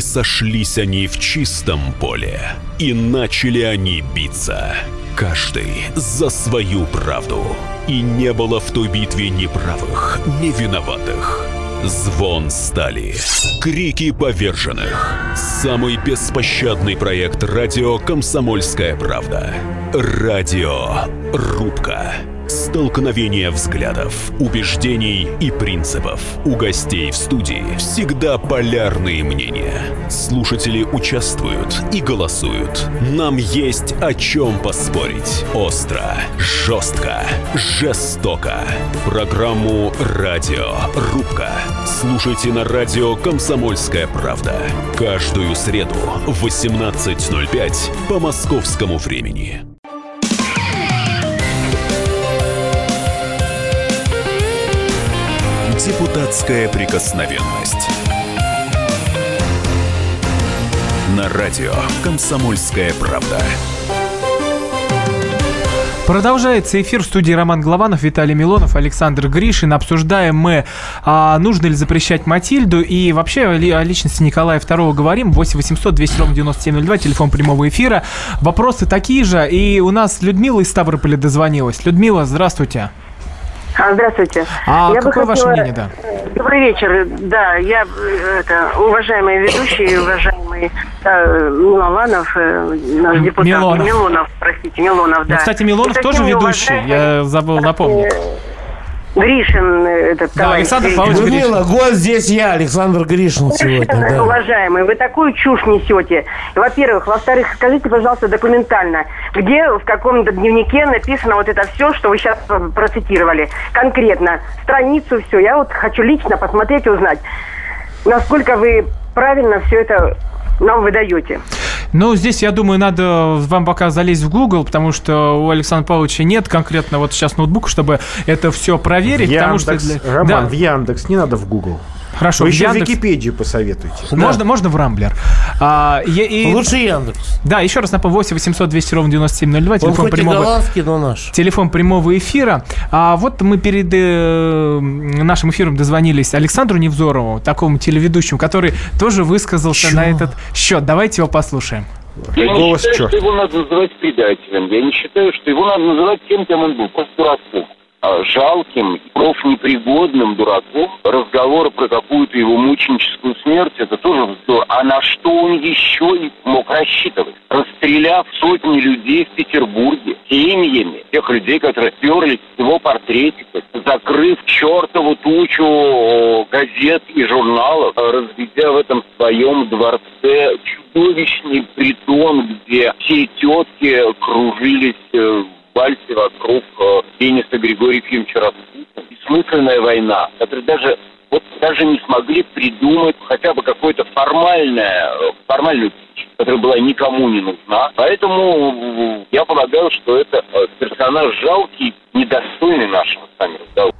И сошлись они в чистом поле, и начали они биться, каждый за свою правду. И не было в той битве ни правых, ни виноватых. Звон стали, крики поверженных. Самый беспощадный проект радио «Комсомольская правда». Радиорубка. Столкновение взглядов, убеждений и принципов. У гостей в студии всегда полярные мнения. Слушатели участвуют и голосуют. Нам есть о чем поспорить. Остро, жестко, жестоко. Программу «Радиорубка» слушайте на радио «Комсомольская правда». Каждую среду в восемнадцать ноль пять по московскому времени. Депутатская прикосновенность. На радио «Комсомольская правда».
Продолжается эфир. В студии Роман Голованов, Виталий Милонов, Александр Гришин. Обсуждаем мы, а, нужно ли запрещать Матильду. И вообще о личности Николая второго говорим. восемь восемьсот двести ровно девяносто семь ноль два, телефон прямого эфира. Вопросы такие же. И у нас Людмила из Ставрополя дозвонилась. Людмила, здравствуйте.
Здравствуйте.
А
я
какое
бы
ваше
хотела...
мнение, да?
Добрый вечер. Да, я, это, уважаемые ведущие, уважаемый э, Милованов, э, наш депутат.
Милонов.
Милонов, простите, Милонов, да.
Ну, кстати, Милонов
И
тоже ведущий,
уважаемый...
я забыл напомнить.
Гришин, этот
да,
товарищ.
Александр Павлович Гришин.
Людмила, гость здесь я, Александр Гришин сегодня. Да.
Уважаемый, вы такую чушь несете. Во-первых. Во-вторых, скажите, пожалуйста, документально, где в каком-то дневнике написано вот это все, что вы сейчас процитировали? Конкретно. Страницу, все. Я вот хочу лично посмотреть и узнать, насколько вы правильно все это нам выдаете.
Ну, здесь, я думаю, надо вам пока залезть в Google, потому что у Александра Павловича нет конкретно вот сейчас ноутбука, чтобы это все проверить.
В
потому
Яндекс,
что для...
Роман,
да.
в Яндекс, не надо в Google.
Хорошо,
Вы
в
еще
Яндекс...
в Википедию посоветуйте.
Можно,
да.
можно в Рамблер. А, и, и...
Лучше Яндекс.
Да, еще раз напомню, восемь восемьсот двести ровно девяносто семь ноль два, телефон прямого...
голландский, но наш.
Телефон прямого эфира. А вот мы перед э, нашим эфиром дозвонились Александру Невзорову, такому телеведущему, который тоже высказался Чё? на этот счет. Давайте его послушаем.
Я не считаю, черт. что его надо называть предателем. Я не считаю, что его надо называть тем, кем он был, просто дураком. Жалким, профнепригодным дураком. Разговоры про какую-то его мученическую смерть, это тоже вздор. А на что он еще мог рассчитывать? Расстреляв сотни людей в Петербурге, семьями тех людей, которые перлись с его портретиков, закрыв чертову тучу газет и журналов, разведя в этом своем дворце чудовищный притон, где все тетки кружились в вальсе вокруг пениса Григория Ефимовича Распутина. Бессмысленная война, которую даже, вот, даже не смогли придумать хотя бы какую-то формальную, формальную пищу, которая была никому не нужна. Поэтому я полагаю, что это персонаж жалкий, недостойный нашего с вами разговора.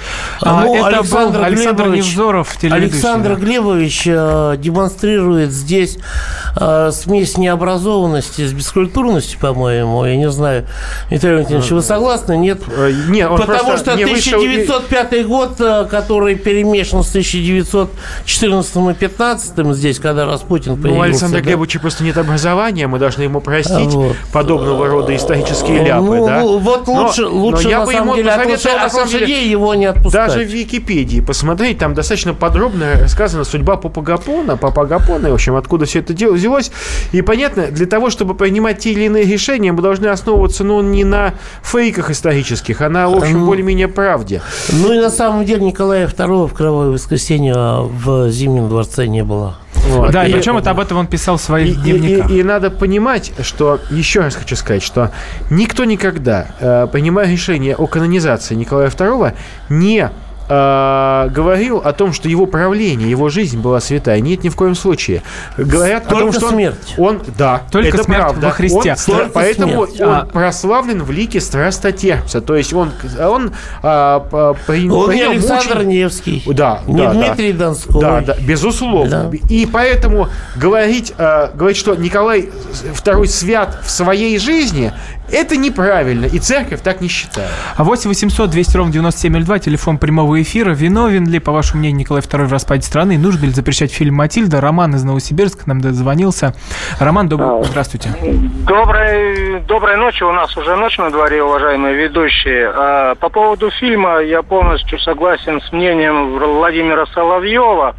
А,
ну,
это
Александр,
был Александр
Глебович,
Невзоров,
Александр
да.
Глебович э, демонстрирует здесь э, смесь необразованности с бескультурностью, по-моему. Я не знаю, Виталий Валентинович, вы согласны? Нет?
Нет, он
Потому что
не
тысяча девятьсот пятый вышел... год, э, который перемешан с тысяча девятьсот четырнадцатым и пятнадцатым здесь, когда Распутин появился.
Ну, у Александра
да?
Глебовича просто нет образования, мы должны ему простить вот. подобного рода исторические ляпы,
ну,
да?
Вот лучше,
но,
лучше
но я
на
бы
самом
ему
деле, от, лошадей, от лошадей его не отпускать.
Даже в Википедии посмотреть, там достаточно подробно рассказана судьба Папа Гапона, Папа Гапона, в общем, откуда все это дело взялось. И понятно, для того, чтобы принимать те или иные решения, мы должны основываться, ну, не на фейках исторических, а на, в общем, ну, более-менее правде.
Ну и на самом деле Николая второго в Кровавое воскресенье в Зимнем дворце не было.
Вот. Да, и, и причем это об этом он писал в своих
и,
дневниках.
И, и, и надо понимать, что, еще раз хочу сказать, что никто никогда, э, принимая решение о канонизации Николая второго, не э, говорил о том, что его правление, его жизнь была святая. Нет, ни в коем случае. Говорят
Только
о том, что
смерть.
Он, он да,
Только
это
смерть
правда.
во Христе.
Он, поэтому
смерть.
он
а...
прославлен в лике страстотерпца. То есть он, он, а, при,
он
принял
не Александр
мучень...
Невский,
да,
не
да,
Дмитрий
да.
Донской.
Да, да, безусловно.
Да.
И поэтому говорить, э, говорить, что Николай второй свят в своей жизни, это неправильно. И церковь так не считает.
А восемь восемьсот двести ровно девяносто семь ноль два, телефон прямого прямого эфира. Виновен ли, по вашему мнению, Николай второй в распаде страны? Нужно ли запрещать фильм «Матильда»? Роман из Новосибирска нам дозвонился. Роман, доб... здравствуйте.
Доброй, доброй ночи. У нас уже ночь на дворе, уважаемые ведущие. А, по поводу фильма я полностью согласен с мнением Владимира Соловьева.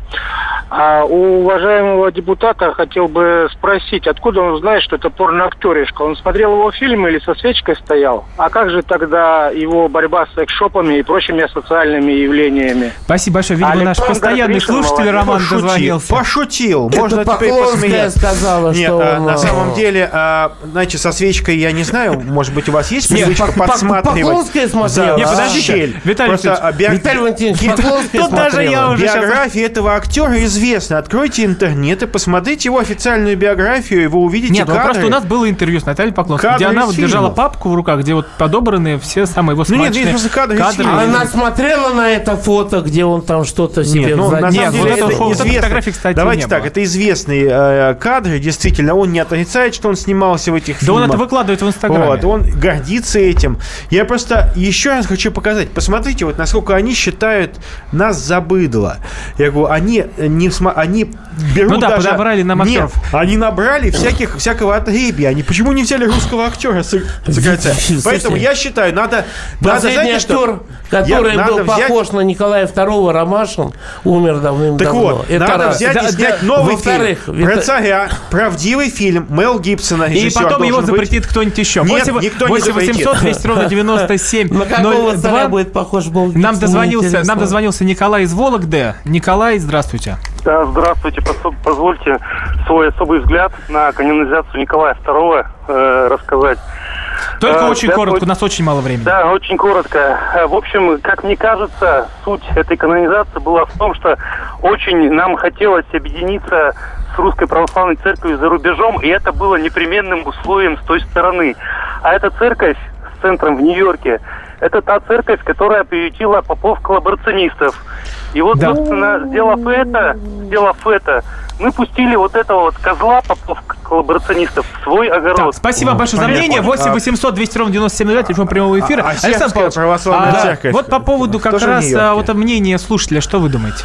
А у уважаемого депутата хотел бы спросить, откуда он знает, что это порноактеришка? Он смотрел его фильм или со свечкой стоял? А как же тогда его борьба с секс-шопами и прочими асоциальными явлениями?
Спасибо большое. Видимо,
Александр
наш постоянный
Гришин,
слушатель Роман
пошутил,
дозвонился.
Пошутил.
Это
Можно теперь
Поклонская
посмеяться.
сказала,
Нет,
что
а,
он,
на
а,
самом деле, а, знаете, со свечкой я не знаю, может быть, у вас есть
Нет,
привычка
Пок- Пок-
подсматривать?
Поклонская смотрела.
за
Нет,
подождите.
щель?
Виталий
Просто,
Валентинович,
а, био-
Виталий Валентинович, Поклонская
Тут даже я
смотрела.
уже сейчас-
Биография этого актера известна. Откройте интернет и посмотрите его официальную биографию, и вы увидите
Нет, ну
кадры.
просто у нас было интервью с Натальей Поклонской,
Кадры
где она
из
вот держала
фильмов.
папку в руках, где вот подобраны все самые его
Ну нет,
смачные
есть просто кадры из фильмов.
Она смотрела на это фото, где он там что-то себе
Нет, ну, на
задел.
самом деле,
вот
это
этого фо- вот этой
известно.
фотографии, кстати,
Давайте
не
так,
было.
это известные э, кадры, действительно, он не отрицает, что он снимался в этих
Да
фильмах.
он это выкладывает в Инстаграме.
Вот, он гордится этим. Я просто еще раз хочу показать. Посмотрите, вот насколько они считают нас за быдло. Я говорю, они не сма- они берут
Ну да,
даже...
подобрали нам
Нет,
актеров.
они набрали всяких, всякого отребья. Они почему не взяли русского актера с- сыграть? Поэтому я считаю, надо... надо,
Последний
знаете, что?
актер, который
Я-
был
надо взять-
похож на Николая второго, Ромашин, умер давным-давно.
Так вот,
Это
надо
раз.
взять
Да,
и снять
да,
новый
во-вторых,
фильм
Вита-
про царя, правдивый фильм Мел Гибсона.
И
режиссер
потом его
должен быть.
запретит кто-нибудь еще.
Нет, никто не запретит.
восемь восемьсот двести ровно девяносто семь
На какого
ноль
царя
два.
будет похож был Гибсон,
Нам дозвонился,
интересно.
нам дозвонился Николай из Вологды. Николай, здравствуйте.
Да, здравствуйте. Посо- Позвольте свой особый взгляд на канонизацию Николая второго э, рассказать.
Только
Э,
очень
да,
коротко,
вот-
у нас очень мало времени.
Да, очень коротко. Э, В общем, как мне кажется, суть этой канонизации была в том, что очень нам хотелось объединиться с Русской Православной Церковью за рубежом, и это было непременным условием с той стороны. А эта церковь с центром в Нью-Йорке, это та церковь, которая приютила попов-коллаборационистов. И вот,
Да.
собственно, сделав это, сделав это, мы пустили вот этого вот козла попов-коллаборационистов в свой огород.
Так, спасибо большое за
понятно.
мнение. восемь восемьсот двести ровно девяносто семь ноль два, телефон прямого эфира.
А- а
Александр
Сербская
Павлович,
православная
а,
церковь
вот по поводу как
тоже в
раз
Нью-Йорке.
а, вот мнения слушателя, что вы думаете?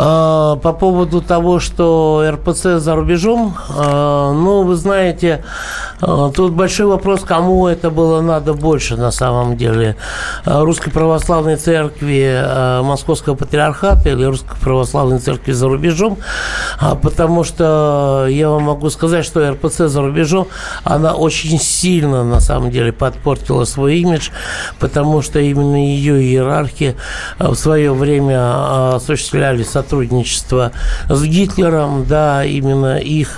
А, по поводу того, что эр пэ цэ за рубежом, а, ну, вы знаете, а, тут большой вопрос, кому это было надо больше на самом деле. А, Русской Православной Церкви а, Московского Патриархата или Русской Православной Церкви за рубежом, а, потому что я вам могу сказать, что эр пэ цэ за рубежом, она очень сильно на самом деле подпортила свой имидж, потому что именно ее иерархи а, в свое время а, осуществляли сотрудничество с Гитлером, да, именно их,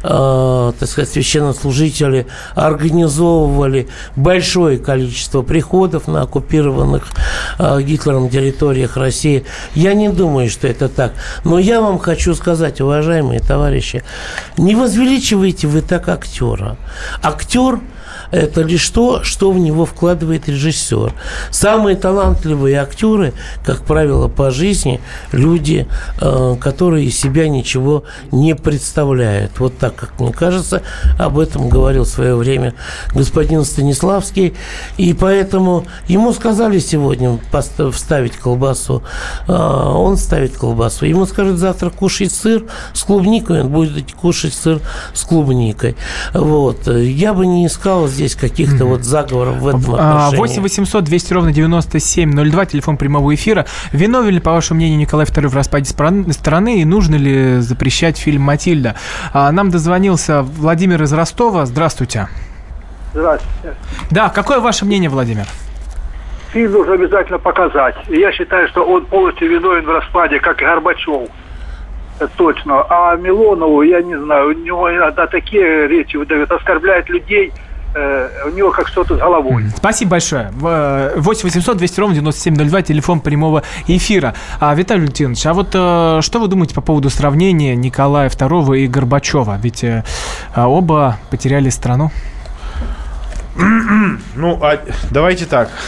э, так сказать, священнослужители организовывали большое количество приходов на оккупированных э, Гитлером территориях России. Я не думаю, что это так. Но я вам хочу сказать, уважаемые товарищи, не возвеличивайте вы так актера. Актер – это лишь то, что в него вкладывает режиссер. Самые талантливые актеры, как правило, по жизни, люди, э, которые из себя ничего не представляют. Вот так, как мне кажется, об этом говорил в свое время господин Станиславский. И поэтому ему сказали сегодня поста- вставить колбасу. Э, он ставит колбасу. Ему скажут завтра кушать сыр с клубникой, он будет кушать сыр с клубникой. Вот. Я бы не искал здесь каких-то вот заговоров в этом отношении.
восемь восемьсот двести ровно девяносто семь ноль два, телефон прямого эфира. Виновен ли, по вашему мнению, Николай второй в распаде стран- страны и нужно ли запрещать фильм «Матильда»? А, нам дозвонился Владимир из Ростова. Здравствуйте.
Здравствуйте.
Да, какое ваше мнение, Владимир?
Фильм нужно обязательно показать. И я считаю, что он полностью виновен в распаде, как и Горбачев. Это точно. А Милонову, я не знаю, у него иногда такие речи выдают, оскорбляет людей, э, у него как что-то с головой.
Спасибо большое. восемь восемьсот двести ровно девяносто семь ноль два, телефон прямого эфира. А, Виталий Валентинович, а вот э, что вы думаете по поводу сравнения Николая второго и Горбачева? Ведь э, оба потеряли страну.
Ну, а, давайте так.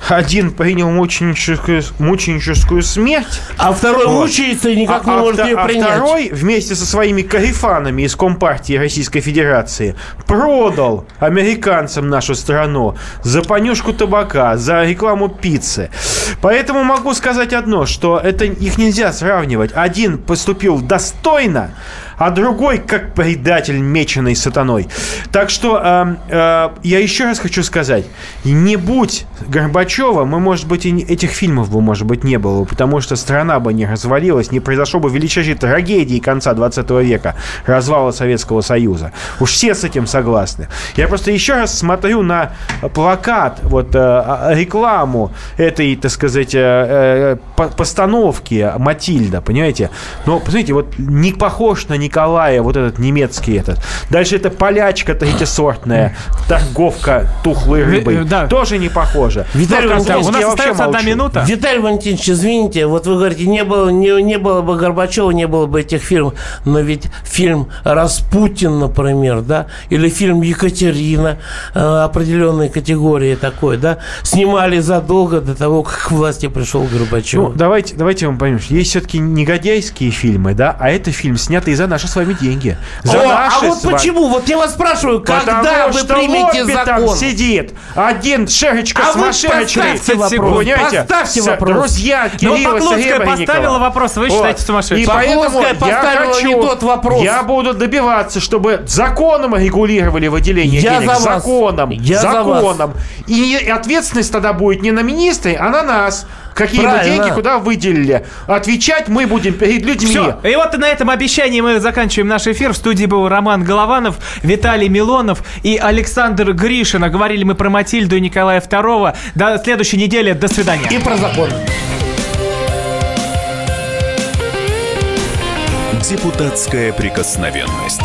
один принял мученическую, мученическую смерть.
А второй
вот.
мучается и никак
а,
не может
а,
ее
а
принять.
А второй вместе со своими корефанами из Компартии Российской Федерации продал американцам нашу страну за понюшку табака, за рекламу пиццы. Поэтому могу сказать одно, что это их нельзя сравнивать. Один поступил достойно, а другой как предатель, меченый сатаной. Так что э, э, я еще раз хочу сказать, не будь Горбачева, мы, может быть, и этих фильмов бы, может быть, не было, потому что страна бы не развалилась, не произошло бы величайшей трагедии конца двадцатого века, развала Советского Союза. Уж все с этим согласны. Я просто еще раз смотрю на плакат, вот, э, рекламу этой, так сказать, э, э, постановки «Матильда», понимаете? Но, посмотрите, вот не похож на Николая, вот этот немецкий этот. Дальше это полячка третьесортная, торговка тухлой рыбой. Да. Тоже не похоже.
Виталий Валентинович,
у нас остается одна минута.
Виталий Валентинович, извините, вот вы говорите, не было, не, не было бы Горбачева, не было бы этих фильмов, но ведь фильм «Распутин», например, да, или фильм «Екатерина», э, определенной категории такой, да, снимали задолго до того, как к власти пришел Горбачев.
Ну, давайте, давайте мы поймем, что есть все-таки негодяйские фильмы, да, а это фильм, снятый за наши с вами деньги. За
О,
наши
а вот
вами.
Почему? Вот я вас спрашиваю, когда
Потому
вы
что
примете
Лобби
закон?
Там сидит один шеречка
а
с машиночкой.
Поставьте вопрос.
Понимаете?
Поставьте
с,
вопрос.
Друзья Кирилла
Но Поклонская
Серебренникова.
поставила вопрос, вы считаете
вот.
сумасшедшим.
И поэтому я
поставила
хочу,
не тот вопрос.
я буду добиваться, чтобы законом регулировали выделение
я
денег.
За вас.
Законом.
Я
законом.
За вас.
И ответственность тогда будет не на министре, а на нас. Какие мы деньги куда выделили. Отвечать мы будем перед людьми.
Все. И вот на этом обещании мы заканчиваем наш эфир. В студии был Роман Голованов, Виталий Милонов и Александр Гришин. Говорили мы про Матильду и Николая второго. До следующей недели. До свидания.
И про закон.
Депутатская прикосновенность.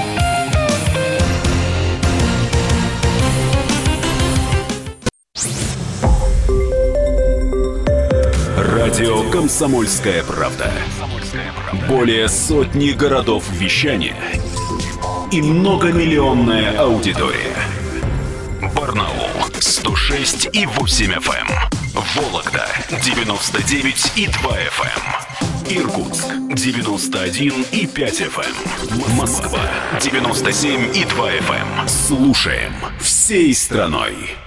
Радио «Комсомольская правда». Более сотни городов вещания и многомиллионная аудитория. Барнаул сто шесть и восемь эф эм. Вологда девяносто девять и два эф эм. Иркутск девяносто один и пять эф эм. Москва девяносто семь и два эф эм. Слушаем всей страной.